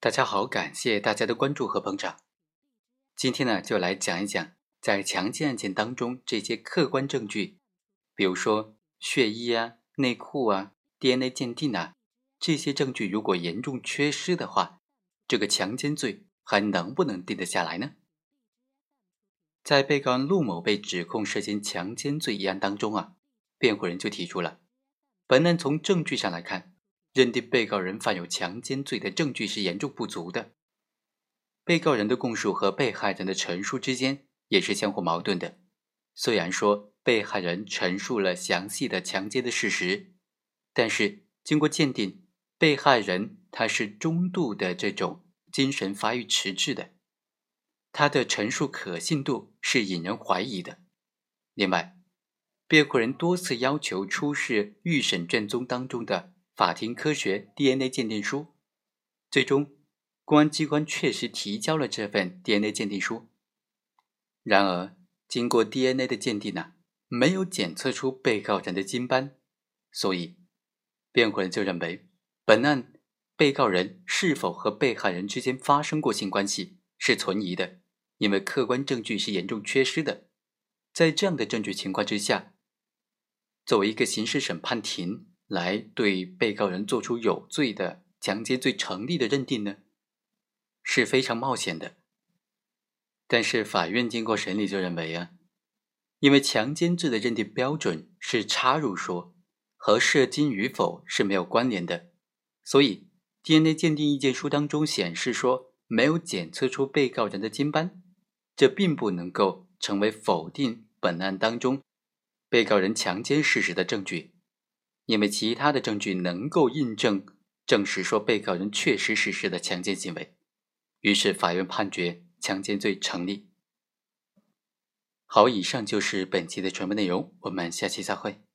大家好，感谢大家的关注和捧场。今天呢，就来讲一讲在强奸案件当中这些客观证据，比如说血衣啊、内裤啊、DNA 鉴定啊，这些证据如果严重缺失的话，这个强奸罪还能不能定得下来呢？在被告人陆某被指控涉嫌强奸罪一案当中啊，辩护人就提出了，本案从证据上来看，认定被告人犯有强奸罪的证据是严重不足的。被告人的供述和被害人的陈述之间也是相互矛盾的。虽然说被害人陈述了详细的强奸的事实，但是经过鉴定，被害人他是中度的这种精神发育迟滞的，他的陈述可信度是引人怀疑的。另外，辩护人多次要求出示预审卷宗当中的法庭科学 DNA 鉴定书，最终公安机关确实提交了这份 DNA 鉴定书。然而经过 DNA 的鉴定呢，没有检测出被告人的精斑，所以辩护人就认为本案被告人是否和被害人之间发生过性关系是存疑的，因为客观证据是严重缺失的。在这样的证据情况之下，作为一个刑事审判庭来对被告人做出有罪的强奸罪成立的认定呢，是非常冒险的。但是法院经过审理就认为啊，因为强奸罪的认定标准是插入说，和射精与否是没有关联的，所以 DNA 鉴定意见书当中显示说没有检测出被告人的精斑，这并不能够成为否定本案当中被告人强奸事实的证据，因为其他的证据能够证实说被告人确实实施了强奸行为，于是法院判决强奸罪成立。好，以上就是本期的全部内容，我们下期再会。